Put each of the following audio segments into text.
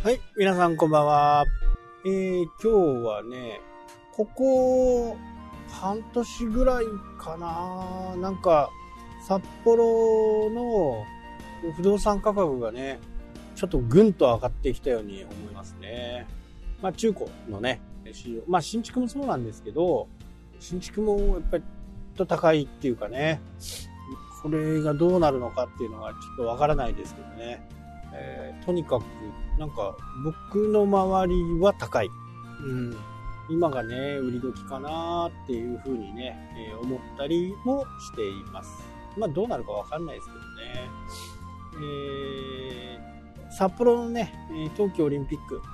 はい、皆さんこんばんは。今日はね、ここ半年ぐらいかな、なんか札幌の不動産価格がね、ちょっとぐんと上がってきたように思いますね。まあ中古のね、市場、まあ新築もそうなんですけど、新築もやっぱりちょっと高いっていうかね、これがどうなるのかっていうのがちょっとわからないですけどね。とにかくなんか僕の周りは高い、今がね売り時かなっていう風にね、思ったりもしています。まあどうなるかわかんないですけどね。札幌のね冬季オリンピック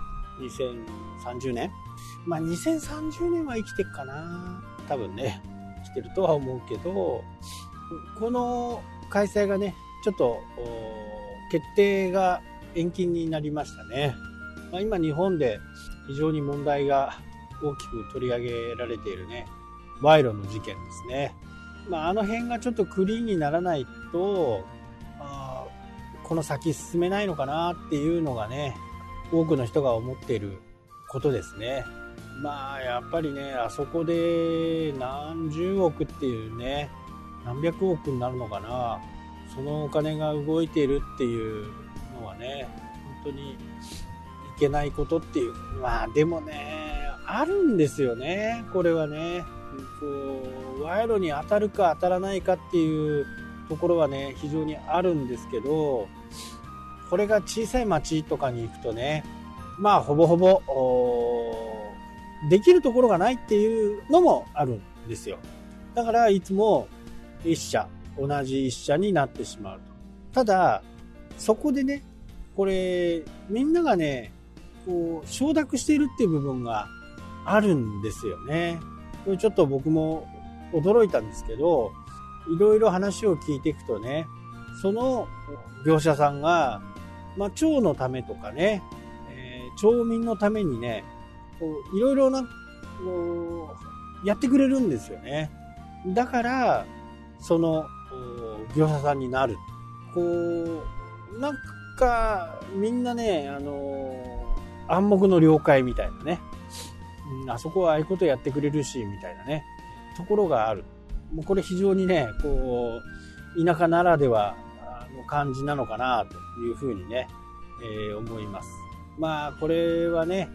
2030年、まあ2030年は生きてるかな、多分ね生きてるとは思うけど、この開催がねちょっと決定が延期になりましたね。まあ、今日本で非常に問題が大きく取り上げられているね、賄賂の事件ですね。まあ、あの辺がちょっとクリーンにならないと、この先進めないのかなっていうのがね、多くの人が思っていることですね。まあやっぱりね、あそこで何十億っていうね、何百億になるのかな、そのお金が動いているっていうのはね、本当にいけないことっていう、まあでもねあるんですよね、これはね。こう賄賂に当たるか当たらないかっていうところはね非常にあるんですけど、これが小さい町とかに行くとね、まあほぼほぼできるところがないっていうのもあるんですよ。だからいつも同じ一社になってしまうと。ただそこでね、これみんながねこう承諾しているっていう部分があるんですよね。これちょっと僕も驚いたんですけど、いろいろ話を聞いていくとね、その業者さんが、まあ、町のためとかね、町民のためにね、いろいろなやってくれるんですよね。だからその業者さんになる。こうなんかみんなね、暗黙の了解みたいなね、あそこはああいうことやってくれるしみたいなねところがある。もうこれ非常にねこう田舎ならではの感じなのかなというふうにね、思います。まあこれはね、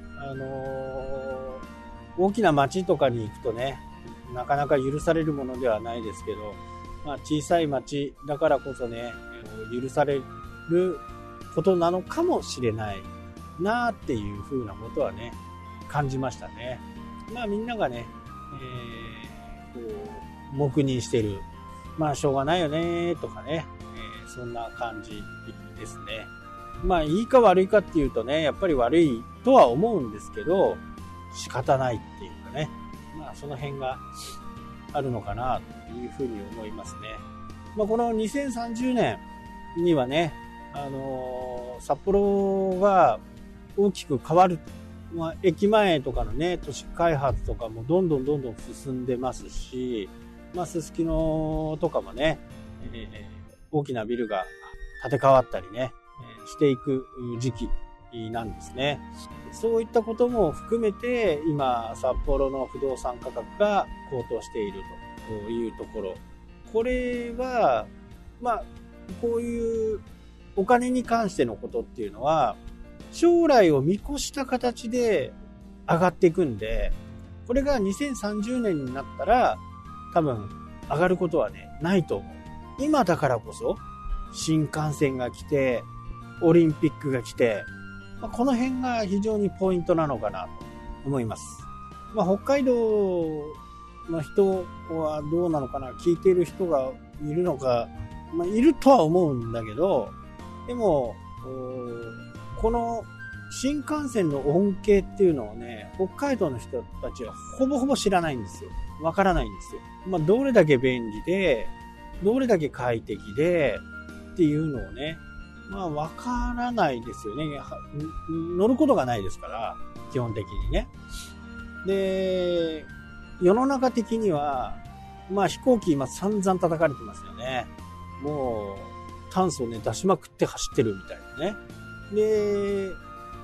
大きな町とかに行くとねなかなか許されるものではないですけど、まあ、小さい町だからこそね許されることなのかもしれないなっていうふうなことはね感じましたね。まあみんながね、こう黙認してる、まあしょうがないよねとかね、そんな感じですね。まあいいか悪いかっていうとね、やっぱり悪いとは思うんですけど仕方ないっていうかね、まあその辺があるのかなというふうに思いますね。まあこの2030年にはね、札幌が大きく変わる。まあ、駅前とかのね都市開発とかもどんどん進んでますし、まあ、すすきのとかもね、大きなビルが建て替わったりね、していく時期なんですね。そういったことも含めて今札幌の不動産価格が高騰しているというところ、これはまあこういうお金に関してのことっていうのは将来を見越した形で上がっていくんで、これが2030年になったら多分上がることはねないと思う。今だからこそ新幹線が来てオリンピックが来て、この辺が非常にポイントなのかなと思います。まあ、北海道の人はどうなのかな、聞いている人がいるのか、まあ、いるとは思うんだけど、でもこの新幹線の恩恵っていうのをね、北海道の人たちはほぼほぼ知らないんですよ。わからないんですよ。まあ、どれだけ便利で、どれだけ快適でっていうのをね、まあわからないですよね。乗ることがないですから、基本的にね。で、世の中的には、まあ飛行機今散々叩かれてますよね。もう炭素をね出しまくって走ってるみたいなね。で、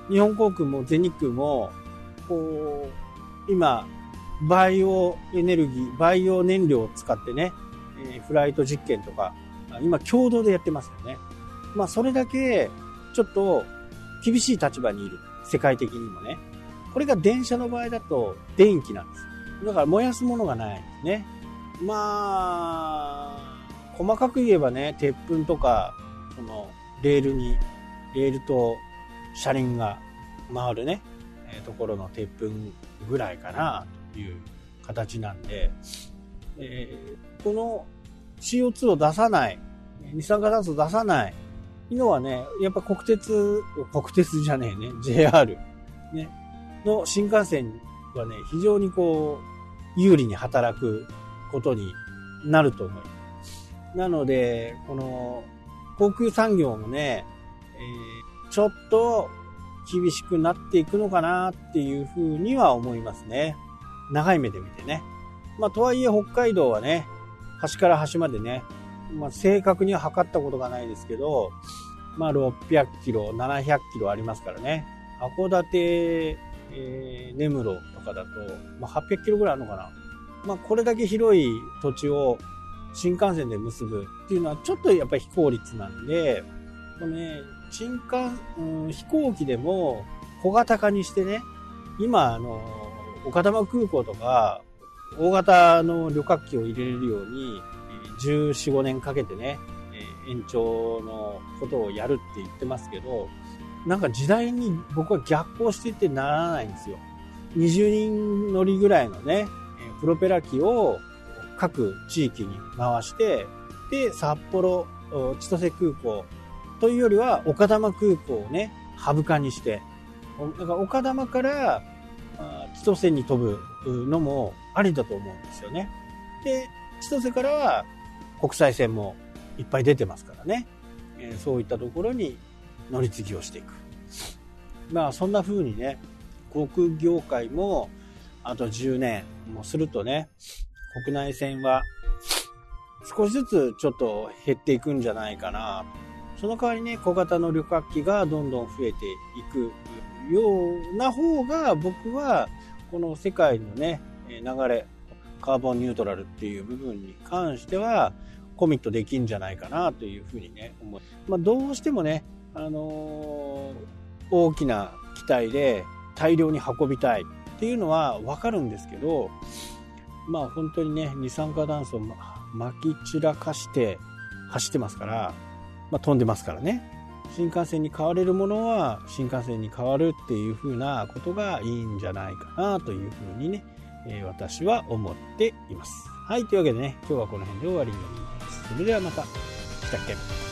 日本航空も全日空も、こう、今、バイオエネルギー、バイオ燃料を使ってね、フライト実験とか、今共同でやってますよね。まあそれだけ、ちょっと厳しい立場にいる。世界的にもね。これが電車の場合だと電気なんです。だから燃やすものがないんですね。まあ、細かく言えばね、鉄粉とか、その、レールと車輪が回るね、ところの鉄粉ぐらいかな、という形なんで、この CO2 を出さない、二酸化炭素を出さないのはね、やっぱ国鉄じゃねえね、JR、ね、の新幹線はね、非常にこう、有利に働くことになると思います。なので、この、航空産業もね、ちょっと厳しくなっていくのかなっていうふうには思いますね。長い目で見てね。まあ、とはいえ北海道はね、端から端までね、まあ、正確には測ったことがないですけど、まあ、600キロ、700キロありますからね。函館、根室とかだと、まあ、800キロぐらいあるのかな。まあ、これだけ広い土地を新幹線で結ぶっていうのはちょっとやっぱり非効率なんで、このね、飛行機でも小型化にしてね、今、丘珠空港とか、大型の旅客機を入れれるように、14、5年かけてね、延長のことをやるって言ってますけど、なんか時代に僕は逆行していってならないんですよ。20人乗りぐらいのね、プロペラ機を各地域に回して、で、札幌、千歳空港というよりは丘珠空港をね、ハブ化にして、だから丘珠から千歳に飛ぶのもありだと思うんですよね。で、千歳からは国際線もいっぱい出てますからね。そういったところに乗り継ぎをしていく。まあそんな風にね、航空業界もあと10年もするとね、国内線は少しずつちょっと減っていくんじゃないかな。その代わりね、小型の旅客機がどんどん増えていくような方が僕はこの世界のね、流れ、カーボンニュートラルっていう部分に関してはコミットできんじゃないかなというふうにね、思う。まあどうしてもね、大きな機体で大量に運びたいっていうのはわかるんですけど、まあ本当にね、二酸化炭素を撒き散らかして走ってますから、まあ飛んでますからね。新幹線に変われるものは新幹線に変わるっていう風なことがいいんじゃないかなという風にね、私は思っています。はい、というわけでね、今日はこの辺で終わりになります。それではまた。したっけ。